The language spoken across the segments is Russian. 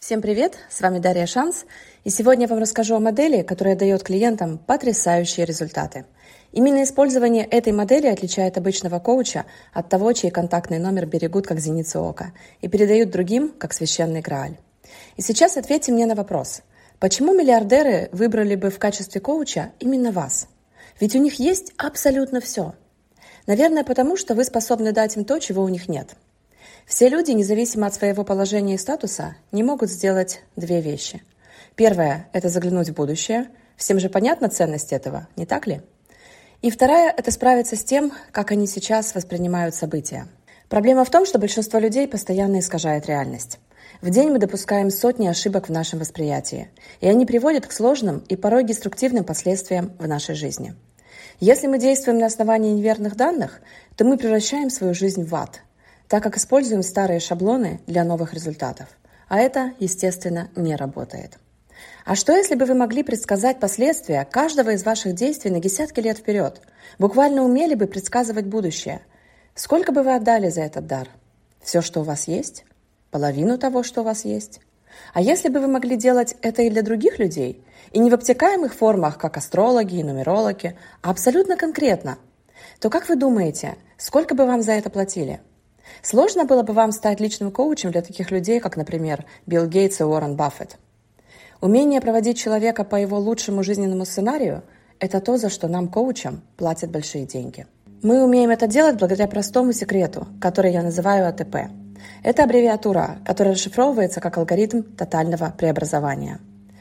Всем привет, с вами Дарья Шанс, и сегодня я вам расскажу о модели, которая дает клиентам потрясающие результаты. Именно использование этой модели отличает обычного коуча от того, чей контактный номер берегут как зеницу ока и передают другим как священный Грааль. И сейчас ответьте мне на вопрос, почему миллиардеры выбрали бы в качестве коуча именно вас? Ведь у них есть абсолютно все. Наверное, потому что вы способны дать им то, чего у них нет. Все люди, независимо от своего положения и статуса, не могут сделать две вещи. Первое – это заглянуть в будущее. Всем же понятна ценность этого, не так ли? И вторая – это справиться с тем, как они сейчас воспринимают события. Проблема в том, что большинство людей постоянно искажает реальность. В день мы допускаем сотни ошибок в нашем восприятии, и они приводят к сложным и порой деструктивным последствиям в нашей жизни. Если мы действуем на основании неверных данных, то мы превращаем свою жизнь в ад, так как используем старые шаблоны для новых результатов. А это, естественно, не работает. А что, если бы вы могли предсказать последствия каждого из ваших действий на десятки лет вперед? Буквально умели бы предсказывать будущее? Сколько бы вы отдали за этот дар? Все, что у вас есть? Половину того, что у вас есть? А если бы вы могли делать это и для других людей? И не в обтекаемых формах, как астрологи и нумерологи, а абсолютно конкретно? То как вы думаете, сколько бы вам за это платили? Сложно было бы вам стать личным коучем для таких людей, как, например, Билл Гейтс и Уоррен Баффет. Умение проводить человека по его лучшему жизненному сценарию – это то, за что нам, коучам, платят большие деньги. Мы умеем это делать благодаря простому секрету, который я называю АТП. Это аббревиатура, которая расшифровывается как алгоритм тотального преобразования.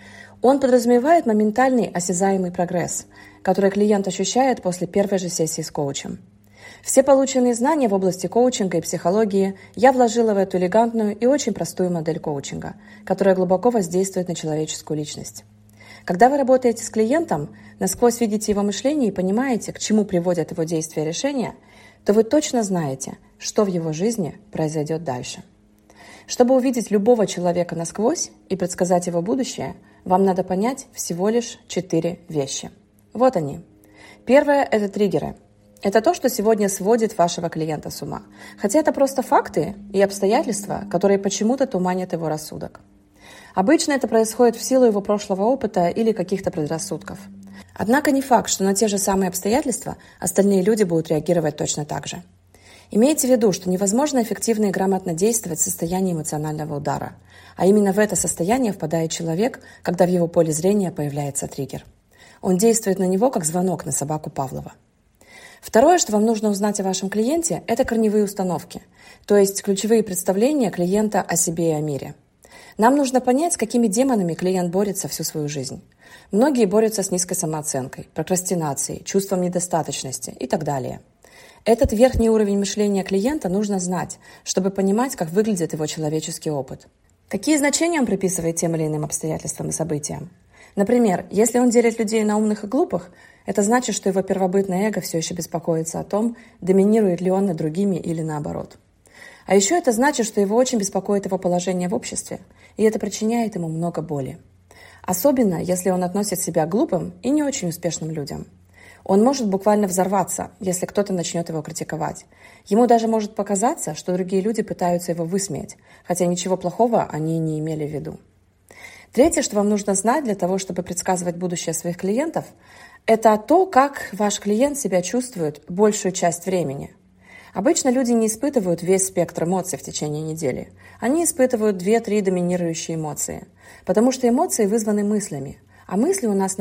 Он подразумевает моментальный осязаемый прогресс, который клиент ощущает после первой же сессии с коучем. Все полученные знания в области коучинга и психологии я вложила в эту элегантную и очень простую модель коучинга, которая глубоко воздействует на человеческую личность. Когда вы работаете с клиентом, насквозь видите его мышление и понимаете, к чему приводят его действия и решения, то вы точно знаете, что в его жизни произойдет дальше. Чтобы увидеть любого человека насквозь и предсказать его будущее, вам надо понять всего лишь 4 вещи. Вот они. Первое – это триггеры. Это то, что сегодня сводит вашего клиента с ума. Хотя это просто факты и обстоятельства, которые почему-то туманят его рассудок. Обычно это происходит в силу его прошлого опыта или каких-то предрассудков. Однако не факт, что на те же самые обстоятельства остальные люди будут реагировать точно так же. Имейте в виду, что невозможно эффективно и грамотно действовать в состоянии эмоционального удара. А именно в это состояние впадает человек, когда в его поле зрения появляется триггер. Он действует на него, как звонок на собаку Павлова. Второе, что вам нужно узнать о вашем клиенте, это корневые установки, то есть ключевые представления клиента о себе и о мире. Нам нужно понять, с какими демонами клиент борется всю свою жизнь. Многие борются с низкой самооценкой, прокрастинацией, чувством недостаточности и так далее. Этот верхний уровень мышления клиента нужно знать, чтобы понимать, как выглядит его человеческий опыт. Какие значения он приписывает тем или иным обстоятельствам и событиям? Например, если он делит людей на умных и глупых, это значит, что его первобытное эго все еще беспокоится о том, доминирует ли он над другими или наоборот. А еще это значит, что его очень беспокоит его положение в обществе, и это причиняет ему много боли. Особенно, если он относит себя к глупым и не очень успешным людям. Он может буквально взорваться, если кто-то начнет его критиковать. Ему даже может показаться, что другие люди пытаются его высмеять, хотя ничего плохого они не имели в виду. Третье, что вам нужно знать для того, чтобы предсказывать будущее своих клиентов, это то, как ваш клиент себя чувствует большую часть времени. Обычно люди не испытывают весь спектр эмоций в течение недели. Они испытывают 2-3 доминирующие эмоции, потому что эмоции вызваны мыслями, а мысли у нас на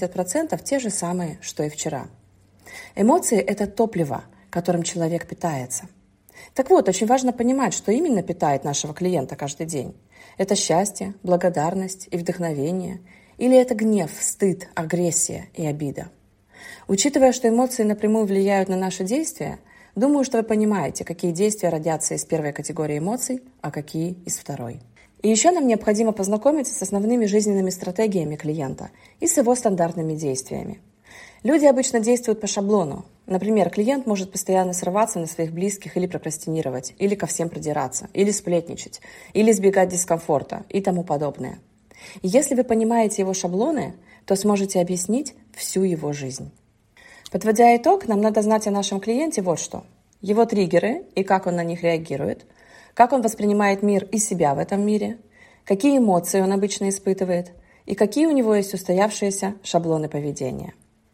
80% те же самые, что и вчера. Эмоции – это топливо, которым человек питается. Так вот, очень важно понимать, что именно питает нашего клиента каждый день. Это счастье, благодарность и вдохновение, или это гнев, стыд, агрессия и обида. Учитывая, что эмоции напрямую влияют на наши действия, думаю, что вы понимаете, какие действия родятся из первой категории эмоций, а какие из второй. И еще нам необходимо познакомиться с основными жизненными стратегиями клиента и с его стандартными действиями. Люди обычно действуют по шаблону. Например, клиент может постоянно срываться на своих близких или прокрастинировать, или ко всем придираться, или сплетничать, или избегать дискомфорта и тому подобное. И если вы понимаете его шаблоны, то сможете объяснить всю его жизнь. Подводя итог, нам надо знать о нашем клиенте вот что. Его триггеры и как он на них реагирует, как он воспринимает мир и себя в этом мире, какие эмоции он обычно испытывает и какие у него есть устоявшиеся шаблоны поведения.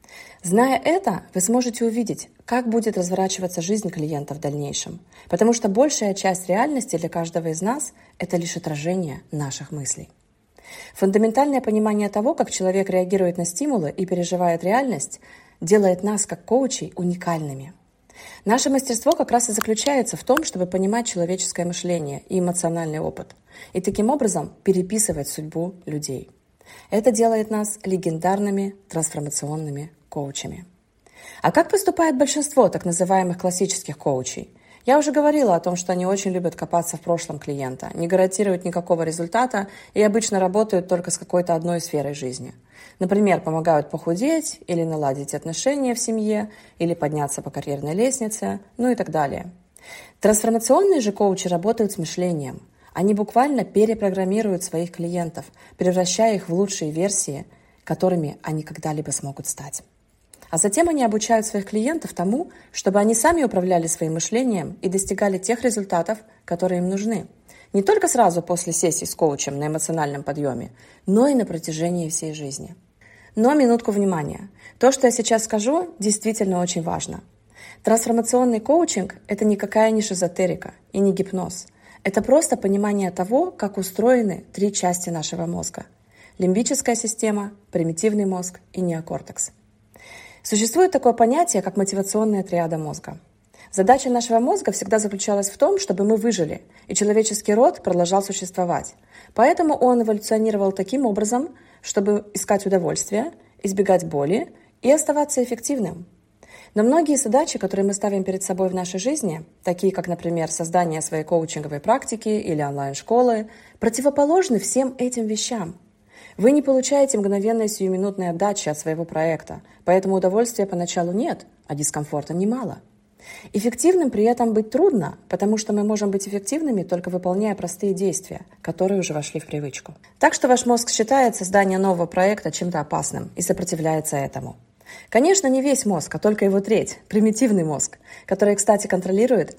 Зная это, вы сможете увидеть, как будет разворачиваться жизнь клиента в дальнейшем, потому что большая часть реальности для каждого из нас – это лишь отражение наших мыслей. Фундаментальное понимание того, как человек реагирует на стимулы и переживает реальность, делает нас, как коучей, уникальными. Наше мастерство как раз и заключается в том, чтобы понимать человеческое мышление и эмоциональный опыт, и таким образом переписывать судьбу людей. Это делает нас легендарными трансформационными коучами. А как поступает большинство так называемых классических коучей? Я уже говорила о том, что они очень любят копаться в прошлом клиента, не гарантируют никакого результата и обычно работают только с какой-то одной сферой жизни. Например, помогают похудеть или наладить отношения в семье, или подняться по карьерной лестнице, ну и так далее. Трансформационные же коучи работают с мышлением. Они буквально перепрограммируют своих клиентов, превращая их в лучшие версии, которыми они когда-либо смогут стать. А затем они обучают своих клиентов тому, чтобы они сами управляли своим мышлением и достигали тех результатов, которые им нужны. Не только сразу после сессии с коучем на эмоциональном подъеме, но и на протяжении всей жизни. Но минутку внимания. То, что я сейчас скажу, действительно очень важно. Трансформационный коучинг – это никакая не шизотерика и не гипноз. Это просто понимание того, как устроены три части нашего мозга – лимбическая система, примитивный мозг и неокортекс. Существует такое понятие, как мотивационная триада мозга. Задача нашего мозга всегда заключалась в том, чтобы мы выжили, и человеческий род продолжал существовать. Поэтому он эволюционировал таким образом, чтобы искать удовольствие, избегать боли и оставаться эффективным. Но многие задачи, которые мы ставим перед собой в нашей жизни, такие как, например, создание своей коучинговой практики или онлайн-школы, противоположны всем этим вещам. Вы не получаете мгновенной сиюминутной отдачи от своего проекта, поэтому удовольствия поначалу нет, а дискомфорта немало. Эффективным при этом быть трудно, потому что мы можем быть эффективными, только выполняя простые действия, которые уже вошли в привычку. Так что ваш мозг считает создание нового проекта чем-то опасным и сопротивляется этому. Конечно, не весь мозг, а только его треть, примитивный мозг, который, кстати, контролирует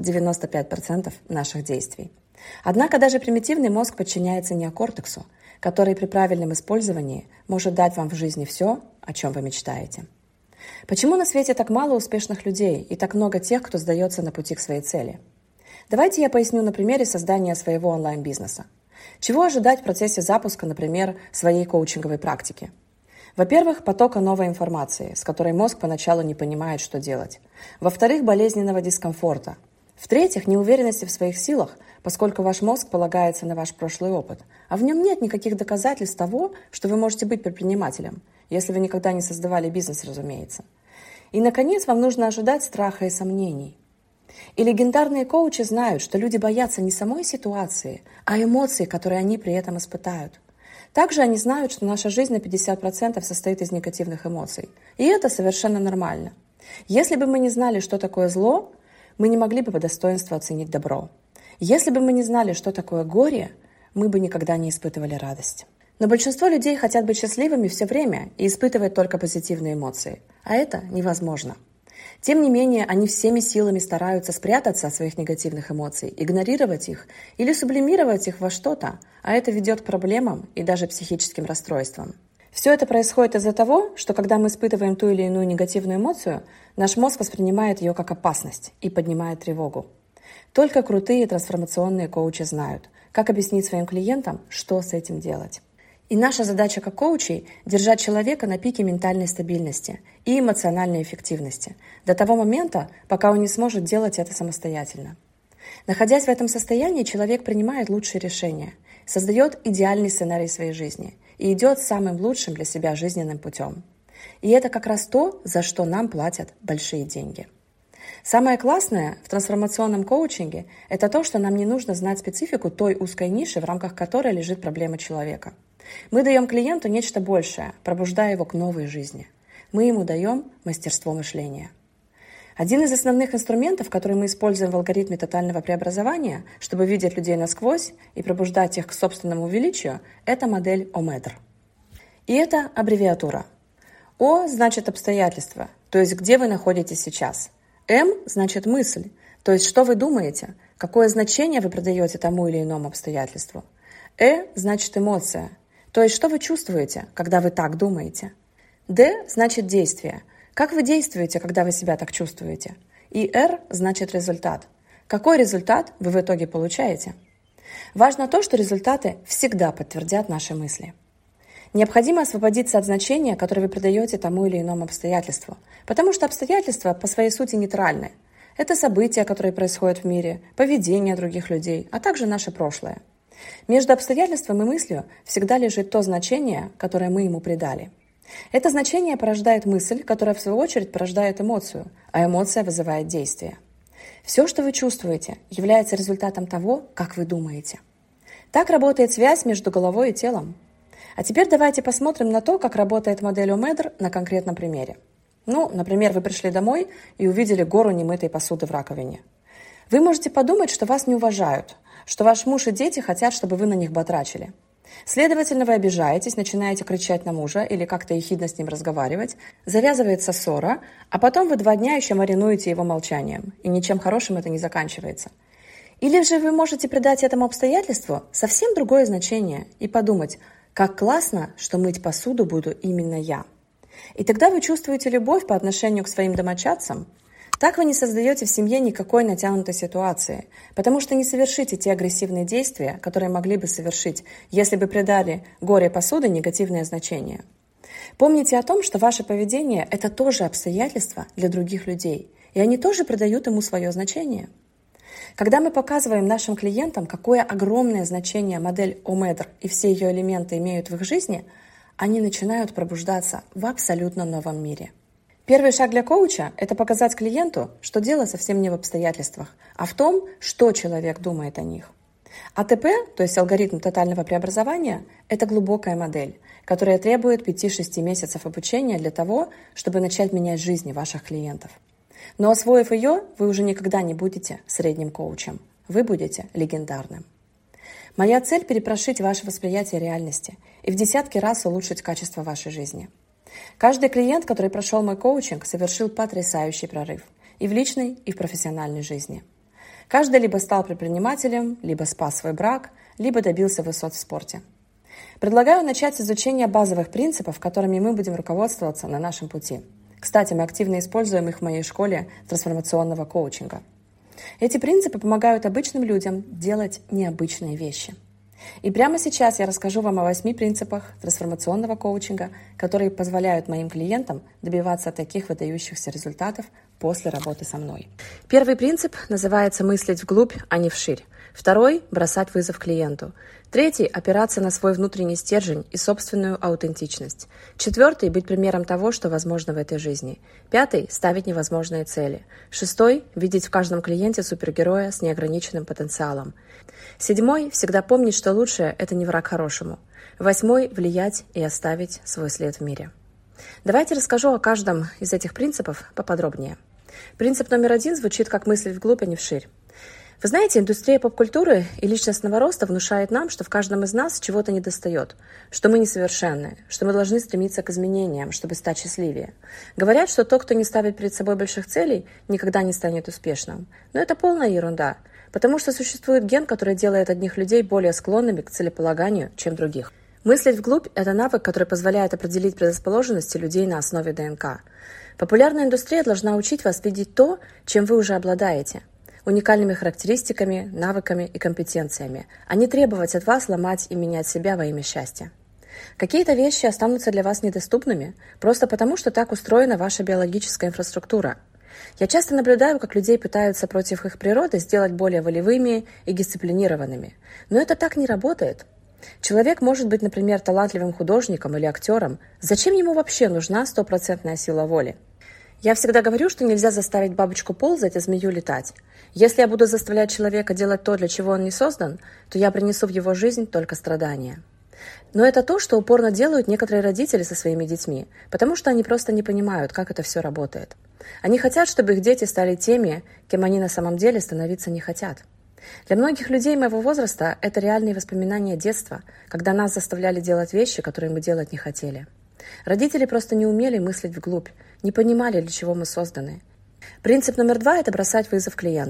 95% наших действий. Однако даже примитивный мозг подчиняется неокортексу, который при правильном использовании может дать вам в жизни все, о чем вы мечтаете. Почему на свете так мало успешных людей и так много тех, кто сдается на пути к своей цели? Давайте я поясню на примере создания своего онлайн-бизнеса. Чего ожидать в процессе запуска, например, своей коучинговой практики? Во-первых, потока новой информации, с которой мозг поначалу не понимает, что делать. Во-вторых, болезненного дискомфорта. В-третьих, неуверенности в своих силах, поскольку ваш мозг полагается на ваш прошлый опыт, а в нем нет никаких доказательств того, что вы можете быть предпринимателем, если вы никогда не создавали бизнес, разумеется. И, наконец, вам нужно ожидать страха и сомнений. И легендарные коучи знают, что люди боятся не самой ситуации, а эмоций, которые они при этом испытают. Также они знают, что наша жизнь на 50% состоит из негативных эмоций. И это совершенно нормально. Если бы мы не знали, что такое зло, мы не могли бы по достоинству оценить добро. Если бы мы не знали, что такое горе, мы бы никогда не испытывали радость. Но большинство людей хотят быть счастливыми все время и испытывать только позитивные эмоции. А это невозможно. Тем не менее, они всеми силами стараются спрятаться от своих негативных эмоций, игнорировать их или сублимировать их во что-то, а это ведет к проблемам и даже психическим расстройствам. Все это происходит из-за того, что когда мы испытываем ту или иную негативную эмоцию, наш мозг воспринимает ее как опасность и поднимает тревогу. Только крутые трансформационные коучи знают, как объяснить своим клиентам, что с этим делать. И наша задача как коучей – держать человека на пике ментальной стабильности и эмоциональной эффективности до того момента, пока он не сможет делать это самостоятельно. Находясь в этом состоянии, человек принимает лучшие решения, создает идеальный сценарий своей жизни и идет самым лучшим для себя жизненным путем. И это как раз то, за что нам платят большие деньги. Самое классное в трансформационном коучинге – это то, что нам не нужно знать специфику той узкой ниши, в рамках которой лежит проблема человека. Мы даем клиенту нечто большее, пробуждая его к новой жизни. Мы ему даем мастерство мышления. Один из основных инструментов, который мы используем в алгоритме тотального преобразования, чтобы видеть людей насквозь и пробуждать их к собственному величию, это модель ОМЭДР. И это аббревиатура. О значит обстоятельства, то есть где вы находитесь сейчас. М значит мысль, то есть что вы думаете, какое значение вы придаете тому или иному обстоятельству. значит эмоция, то есть что вы чувствуете, когда вы так думаете. Д значит действие. Как вы действуете, когда вы себя так чувствуете? И Р значит результат. Какой результат вы в итоге получаете? Важно то, что результаты всегда подтвердят наши мысли. Необходимо освободиться от значения, которое вы придаете тому или иному обстоятельству, потому что обстоятельства по своей сути нейтральны. Это события, которые происходят в мире, поведение других людей, а также наше прошлое. Между обстоятельством и мыслью всегда лежит то значение, которое мы ему придали. Это значение порождает мысль, которая в свою очередь порождает эмоцию, а эмоция вызывает действие. Все, что вы чувствуете, является результатом того, как вы думаете. Так работает связь между головой и телом. А теперь давайте посмотрим на то, как работает модель Омедр на конкретном примере. Например, вы пришли домой и увидели гору немытой посуды в раковине. Вы можете подумать, что вас не уважают, что ваш муж и дети хотят, чтобы вы на них батрачили. Следовательно, вы обижаетесь, начинаете кричать на мужа или как-то ехидно с ним разговаривать, завязывается ссора, а потом вы 2 дня еще маринуете его молчанием, и ничем хорошим это не заканчивается. Или же вы можете придать этому обстоятельству совсем другое значение и подумать, как классно, что мыть посуду буду именно я. И тогда вы чувствуете любовь по отношению к своим домочадцам. Так вы не создаете в семье никакой натянутой ситуации, потому что не совершите те агрессивные действия, которые могли бы совершить, если бы придали горе посуды негативное значение. Помните о том, что ваше поведение – это тоже обстоятельства для других людей, и они тоже придают ему свое значение. Когда мы показываем нашим клиентам, какое огромное значение модель Омедр и все ее элементы имеют в их жизни, они начинают пробуждаться в абсолютно новом мире. Первый шаг для коуча – это показать клиенту, что дело совсем не в обстоятельствах, а в том, что человек думает о них. АТП, то есть алгоритм тотального преобразования, это глубокая модель, которая требует 5-6 месяцев обучения для того, чтобы начать менять жизни ваших клиентов. Но освоив ее, вы уже никогда не будете средним коучем, вы будете легендарным. Моя цель – перепрошить ваше восприятие реальности и в десятки раз улучшить качество вашей жизни. Каждый клиент, который прошел мой коучинг, совершил потрясающий прорыв и в личной, и в профессиональной жизни. Каждый либо стал предпринимателем, либо спас свой брак, либо добился высот в спорте. Предлагаю начать с изучения базовых принципов, которыми мы будем руководствоваться на нашем пути. Кстати, мы активно используем их в моей школе трансформационного коучинга. Эти принципы помогают обычным людям делать необычные вещи. И прямо сейчас я расскажу вам о 8 принципах трансформационного коучинга, которые позволяют моим клиентам добиваться таких выдающихся результатов после работы со мной. Первый принцип называется «мыслить вглубь, а не вширь». Второй – бросать вызов клиенту. Третий – опираться на свой внутренний стержень и собственную аутентичность. Четвертый – быть примером того, что возможно в этой жизни. Пятый – ставить невозможные цели. Шестой – видеть в каждом клиенте супергероя с неограниченным потенциалом. Седьмой – всегда помнить, что лучшее – это не враг хорошему. Восьмой – влиять и оставить свой след в мире. Давайте расскажу о каждом из этих принципов поподробнее. Принцип номер 1 звучит как мыслить вглубь, а не вширь. Вы знаете, индустрия поп-культуры и личностного роста внушает нам, что в каждом из нас чего-то недостает, что мы несовершенны, что мы должны стремиться к изменениям, чтобы стать счастливее. Говорят, что тот, кто не ставит перед собой больших целей, никогда не станет успешным. Но это полная ерунда, потому что существует ген, который делает одних людей более склонными к целеполаганию, чем других. Мыслить вглубь – это навык, который позволяет определить предрасположенности людей на основе ДНК. Популярная индустрия должна учить вас видеть то, чем вы уже обладаете – уникальными характеристиками, навыками и компетенциями, а не требовать от вас ломать и менять себя во имя счастья. Какие-то вещи останутся для вас недоступными, просто потому, что так устроена ваша биологическая инфраструктура. Я часто наблюдаю, как людей пытаются против их природы сделать более волевыми и дисциплинированными. Но это так не работает. Человек может быть, например, талантливым художником или актером. Зачем ему вообще нужна 100% сила воли? Я всегда говорю, что нельзя заставить бабочку ползать, а змею летать. Если я буду заставлять человека делать то, для чего он не создан, то я принесу в его жизнь только страдания. Но это то, что упорно делают некоторые родители со своими детьми, потому что они просто не понимают, как это все работает. Они хотят, чтобы их дети стали теми, кем они на самом деле становиться не хотят. Для многих людей моего возраста это реальные воспоминания детства, когда нас заставляли делать вещи, которые мы делать не хотели. Родители просто не умели мыслить вглубь, не понимали, для чего мы созданы. Принцип номер 2 – это бросать вызов клиенту.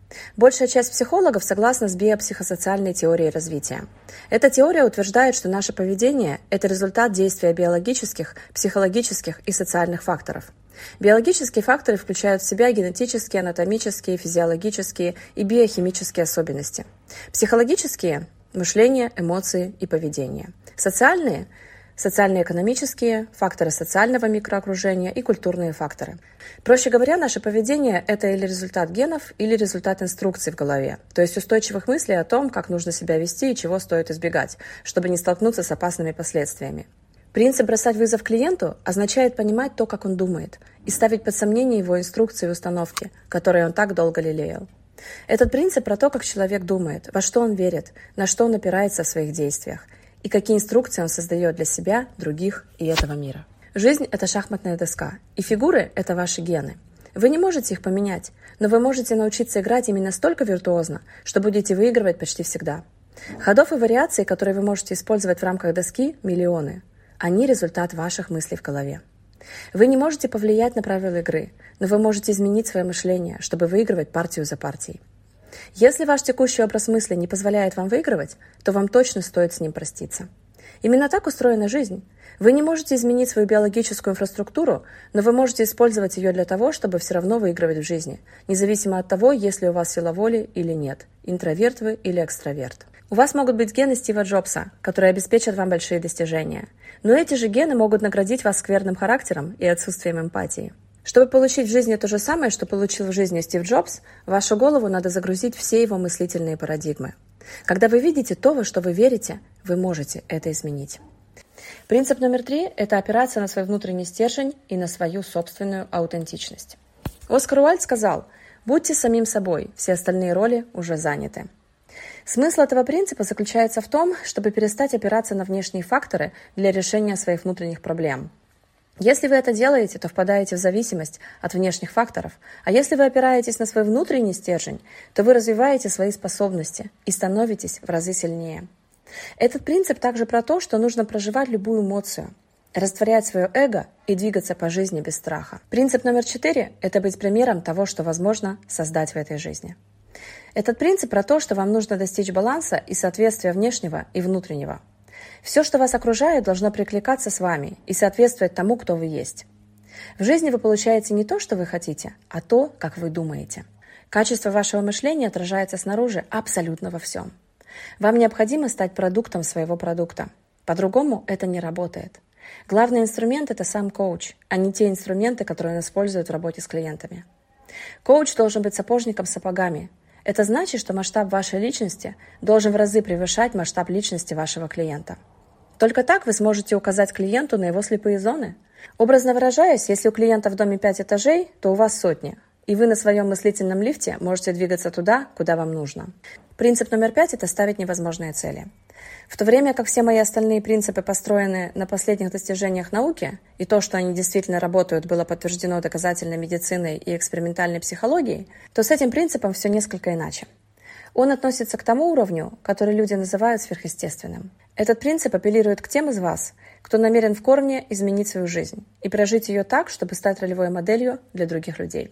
Большая часть психологов согласна с биопсихосоциальной теорией развития. Эта теория утверждает, что наше поведение – это результат действия биологических, психологических и социальных факторов. Биологические факторы включают в себя генетические, анатомические, физиологические и биохимические особенности. Психологические – мышление, эмоции и поведение. Социальные – социально-экономические, факторы социального микроокружения и культурные факторы. Проще говоря, наше поведение – это или результат генов, или результат инструкций в голове, то есть устойчивых мыслей о том, как нужно себя вести и чего стоит избегать, чтобы не столкнуться с опасными последствиями. Принцип «бросать вызов клиенту» означает понимать то, как он думает, и ставить под сомнение его инструкции и установки, которые он так долго лелеял. Этот принцип про то, как человек думает, во что он верит, на что он опирается в своих действиях, и какие инструкции он создает для себя, других и этого мира. Жизнь – это шахматная доска, и фигуры – это ваши гены. Вы не можете их поменять, но вы можете научиться играть ими настолько виртуозно, что будете выигрывать почти всегда. Ходов и вариаций, которые вы можете использовать в рамках доски, миллионы. Они – результат ваших мыслей в голове. Вы не можете повлиять на правила игры, но вы можете изменить свое мышление, чтобы выигрывать партию за партией. Если ваш текущий образ мысли не позволяет вам выигрывать, то вам точно стоит с ним проститься. Именно так устроена жизнь. Вы не можете изменить свою биологическую инфраструктуру, но вы можете использовать ее для того, чтобы все равно выигрывать в жизни, независимо от того, есть ли у вас сила воли или нет, интроверт вы или экстраверт. У вас могут быть гены Стива Джобса, которые обеспечат вам большие достижения, но эти же гены могут наградить вас скверным характером и отсутствием эмпатии. Чтобы получить в жизни то же самое, что получил в жизни Стив Джобс, в вашу голову надо загрузить все его мыслительные парадигмы. Когда вы видите то, во что вы верите, вы можете это изменить. Принцип номер 3 – это опираться на свой внутренний стержень и на свою собственную аутентичность. Оскар Уайльд сказал: «Будьте самим собой, все остальные роли уже заняты». Смысл этого принципа заключается в том, чтобы перестать опираться на внешние факторы для решения своих внутренних проблем. Если вы это делаете, то впадаете в зависимость от внешних факторов, а если вы опираетесь на свой внутренний стержень, то вы развиваете свои способности и становитесь в разы сильнее. Этот принцип также про то, что нужно проживать любую эмоцию, растворять свое эго и двигаться по жизни без страха. Принцип номер 4 – это быть примером того, что возможно создать в этой жизни. Этот принцип про то, что вам нужно достичь баланса и соответствия внешнего и внутреннего. Все, что вас окружает, должно прикликаться с вами и соответствовать тому, кто вы есть. В жизни вы получаете не то, что вы хотите, а то, как вы думаете. Качество вашего мышления отражается снаружи абсолютно во всем. Вам необходимо стать продуктом своего продукта. По-другому это не работает. Главный инструмент – это сам коуч, а не те инструменты, которые он использует в работе с клиентами. Коуч должен быть сапожником с сапогами. Это значит, что масштаб вашей личности должен в разы превышать масштаб личности вашего клиента. Только так вы сможете указать клиенту на его слепые зоны. Образно выражаясь, если у клиента в доме 5 этажей, то у вас сотни, и вы на своем мыслительном лифте можете двигаться туда, куда вам нужно. Принцип номер 5 – это ставить невозможные цели. В то время как все мои остальные принципы построены на последних достижениях науки, и то, что они действительно работают, было подтверждено доказательной медициной и экспериментальной психологией, то с этим принципом все несколько иначе. Он относится к тому уровню, который люди называют сверхъестественным. Этот принцип апеллирует к тем из вас, кто намерен в корне изменить свою жизнь и прожить ее так, чтобы стать ролевой моделью для других людей.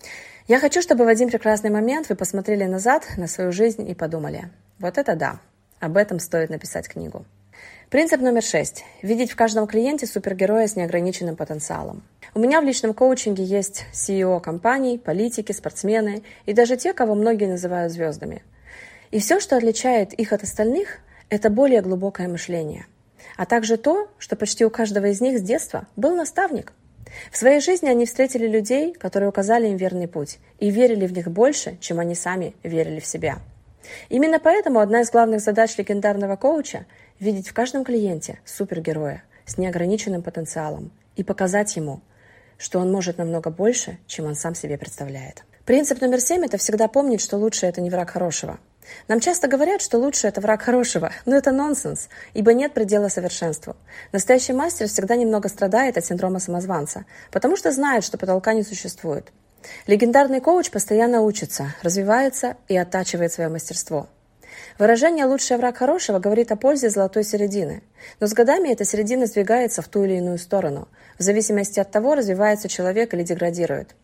Я хочу, чтобы в один прекрасный момент вы посмотрели назад на свою жизнь и подумали: вот это да! Об этом стоит написать книгу. Принцип номер 6. Видеть в каждом клиенте супергероя с неограниченным потенциалом. У меня в личном коучинге есть CEO компаний, политики, спортсмены и даже те, кого многие называют звездами. И все, что отличает их от остальных, это более глубокое мышление. А также то, что почти у каждого из них с детства был наставник. В своей жизни они встретили людей, которые указали им верный путь, и верили в них больше, чем они сами верили в себя. Именно поэтому одна из главных задач легендарного коуча – видеть в каждом клиенте супергероя с неограниченным потенциалом и показать ему, что он может намного больше, чем он сам себе представляет. Принцип номер 7 – это всегда помнить, что лучшее – это не враг хорошего. Нам часто говорят, что лучшее – это враг хорошего, но это нонсенс, ибо нет предела совершенству. Настоящий мастер всегда немного страдает от синдрома самозванца, потому что знает, что потолка не существует. Легендарный коуч постоянно учится, развивается и оттачивает свое мастерство. Выражение «лучший враг хорошего» говорит о пользе золотой середины, но с годами эта середина сдвигается в ту или иную сторону, в зависимости от того, развивается человек или деградирует.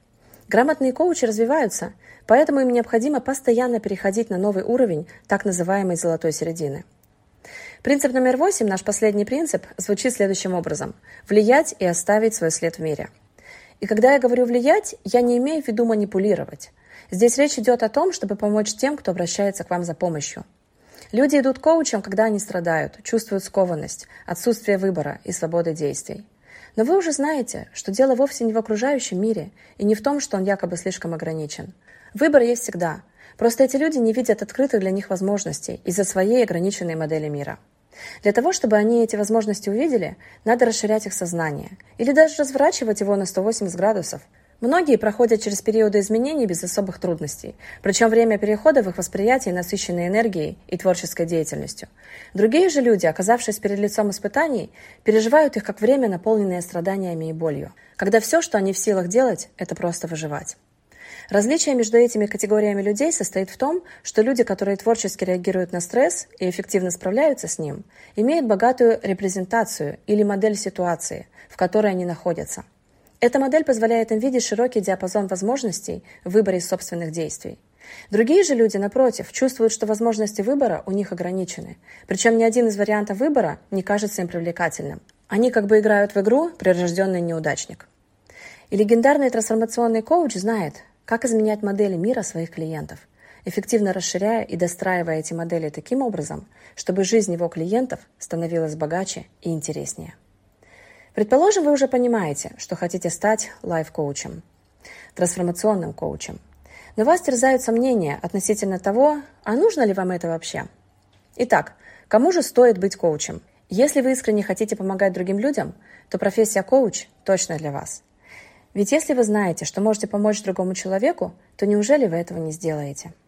Грамотные коучи развиваются, поэтому им необходимо постоянно переходить на новый уровень так называемой золотой середины. Принцип номер 8, наш последний принцип, звучит следующим образом: влиять и оставить свой след в мире. И когда я говорю «влиять», я не имею в виду манипулировать. Здесь речь идет о том, чтобы помочь тем, кто обращается к вам за помощью. Люди идут к коучам, когда они страдают, чувствуют скованность, отсутствие выбора и свободы действий. Но вы уже знаете, что дело вовсе не в окружающем мире и не в том, что он якобы слишком ограничен. Выбор есть всегда. Просто эти люди не видят открытых для них возможностей из-за своей ограниченной модели мира. Для того, чтобы они эти возможности увидели, надо расширять их сознание или даже разворачивать его на 180 градусов. Многие проходят через периоды изменений без особых трудностей, причем время перехода в их восприятии насыщено энергией и творческой деятельностью. Другие же люди, оказавшись перед лицом испытаний, переживают их как время, наполненное страданиями и болью, когда все, что они в силах делать, это просто выживать. Различие между этими категориями людей состоит в том, что люди, которые творчески реагируют на стресс и эффективно справляются с ним, имеют богатую репрезентацию или модель ситуации, в которой они находятся. Эта модель позволяет им видеть широкий диапазон возможностей в выборе собственных действий. Другие же люди, напротив, чувствуют, что возможности выбора у них ограничены. Причем ни один из вариантов выбора не кажется им привлекательным. Они как бы играют в игру «прирожденный неудачник». И легендарный трансформационный коуч знает, как изменять модели мира своих клиентов, эффективно расширяя и достраивая эти модели таким образом, чтобы жизнь его клиентов становилась богаче и интереснее. Предположим, вы уже понимаете, что хотите стать лайф-коучем, трансформационным коучем. Но вас терзают сомнения относительно того, а нужно ли вам это вообще. Итак, кому же стоит быть коучем? Если вы искренне хотите помогать другим людям, то профессия коуч точно для вас. Ведь если вы знаете, что можете помочь другому человеку, то неужели вы этого не сделаете?